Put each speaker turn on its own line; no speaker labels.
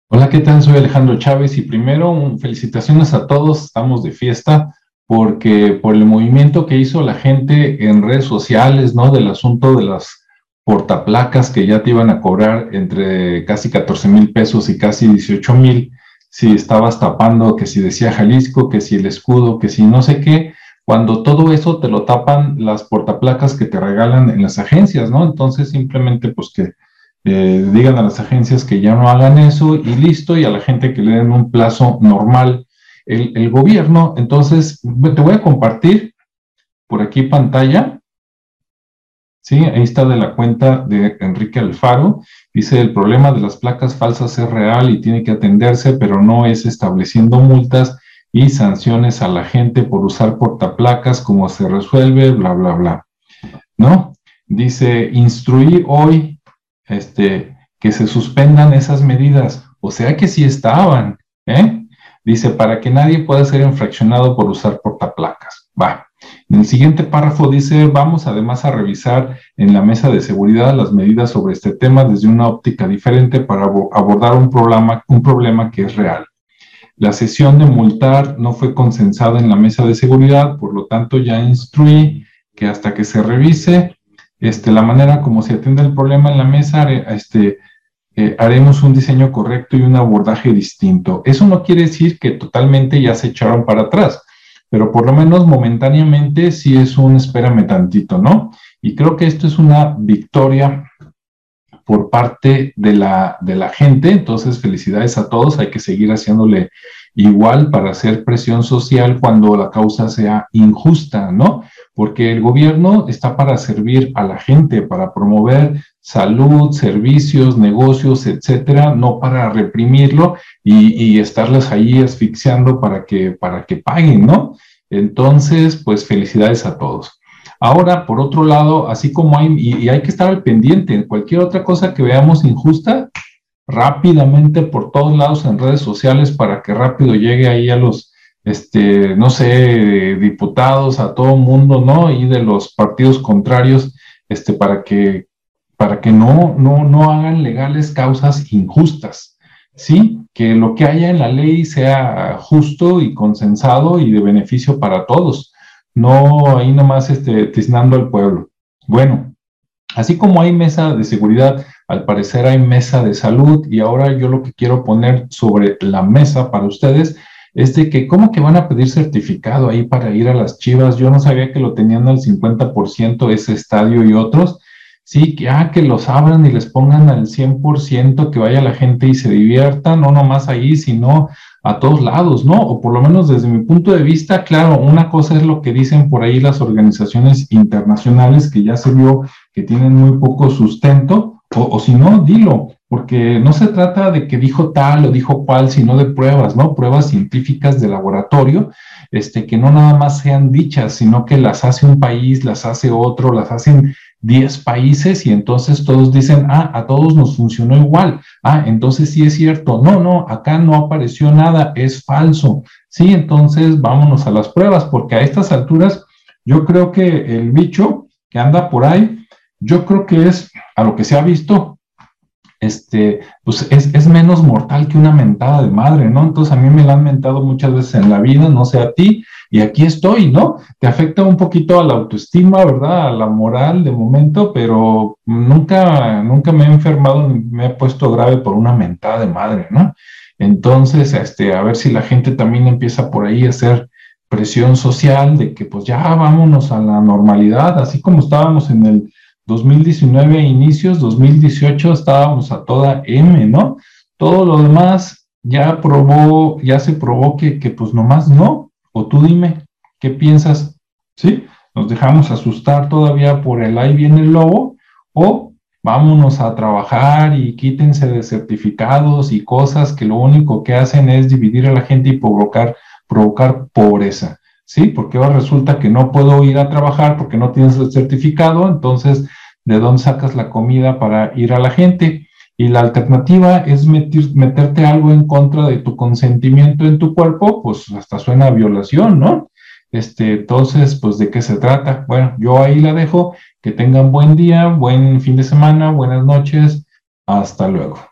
Hola, ¿qué tal? Soy Alejandro Chávez y primero felicitaciones a todos, estamos de fiesta porque por el movimiento que hizo la gente en redes sociales, ¿no? Del asunto de las portaplacas que ya te iban a cobrar entre casi 14,000 pesos y casi 18,000, si estabas tapando, que si decía Jalisco, que si el escudo, que si no sé qué, cuando todo eso te lo tapan las portaplacas que te regalan en las agencias, ¿no? Entonces simplemente pues que digan a las agencias que ya no hagan eso y listo, y a la gente que le den un plazo normal el gobierno. Entonces, te voy a compartir por aquí pantalla, ¿sí? Ahí está de la cuenta de Enrique Alfaro. Dice, el problema de las placas falsas es real y tiene que atenderse, pero no es estableciendo multas y sanciones a la gente por usar portaplacas, como se resuelve, bla, bla, bla, ¿no? Dice, instruí hoy que se suspendan esas medidas, o sea que sí estaban, ¿eh? Dice, para que nadie pueda ser infraccionado por usar portaplacas. Va. En el siguiente párrafo dice, vamos además a revisar en la mesa de seguridad las medidas sobre este tema desde una óptica diferente para abordar un problema que es real. La sesión de multar no fue consensada en la mesa de seguridad, por lo tanto ya instruí que hasta que se revise la manera como se atiende el problema en la mesa, haremos un diseño correcto y un abordaje distinto. Eso no quiere decir que totalmente ya se echaron para atrás, pero por lo menos momentáneamente sí es un espérame tantito, ¿no? Y creo que esto es una victoria por parte de la gente. Entonces felicidades a todos, hay que seguir haciéndole igual para hacer presión social cuando la causa sea injusta, ¿no? Porque el gobierno está para servir a la gente, para promover salud, servicios, negocios, etcétera, no para reprimirlo y estarles ahí asfixiando para que paguen, ¿no? Entonces, pues felicidades a todos. Ahora, por otro lado, así como hay que estar al pendiente, en cualquier otra cosa que veamos injusta, rápidamente por todos lados en redes sociales para que rápido llegue ahí a los, no sé, diputados, a todo mundo, ¿no? Y de los partidos contrarios, para que no hagan legales causas injustas, ¿sí? Que lo que haya en la ley sea justo y consensado y de beneficio para todos, no ahí nomás tiznando al pueblo. Bueno, así como hay mesa de seguridad, al parecer hay mesa de salud, y ahora yo lo que quiero poner sobre la mesa para ustedes es de que, ¿cómo que van a pedir certificado ahí para ir a las Chivas? Yo no sabía que lo tenían al 50% ese estadio y otros. Sí, que los abran y les pongan al 100%, que vaya la gente y se divierta, no nomás ahí, sino a todos lados, ¿no? O por lo menos desde mi punto de vista, claro, una cosa es lo que dicen por ahí las organizaciones internacionales, que ya se vio que tienen muy poco sustento, o si no, dilo, porque no se trata de que dijo tal o dijo cual, sino de pruebas, ¿no? Pruebas científicas de laboratorio, que no nada más sean dichas, sino que las hace un país, las hace otro, las hacen 10 países, y entonces todos dicen, a todos nos funcionó igual, entonces sí es cierto, no, acá no apareció nada, es falso, sí, entonces vámonos a las pruebas, porque a estas alturas yo creo que el bicho que anda por ahí, yo creo que es, a lo que se ha visto, pues es menos mortal que una mentada de madre, ¿no? Entonces a mí me la han mentado muchas veces en la vida, no sé a ti, y aquí estoy, ¿no? Te afecta un poquito a la autoestima, ¿verdad? A la moral de momento, pero nunca me he enfermado ni me he puesto grave por una mentada de madre, ¿no? Entonces, a ver si la gente también empieza por ahí a hacer presión social de que pues ya vámonos a la normalidad, así como estábamos en el 2019 inicios, 2018 estábamos a toda M, ¿no? Todo lo demás ya se probó que pues nomás no. O tú dime, ¿qué piensas? ¿Sí? ¿Nos dejamos asustar todavía por el ahí viene el lobo? ¿O vámonos a trabajar y quítense de certificados y cosas que lo único que hacen es dividir a la gente y provocar pobreza? ¿Sí? Porque ahora resulta que no puedo ir a trabajar porque no tienes el certificado, entonces, ¿de dónde sacas la comida para ir a la gente? Y la alternativa es meterte algo en contra de tu consentimiento en tu cuerpo, pues hasta suena a violación, ¿no? Entonces, pues, ¿de qué se trata? Bueno, yo ahí la dejo, que tengan buen día, buen fin de semana, buenas noches, hasta luego.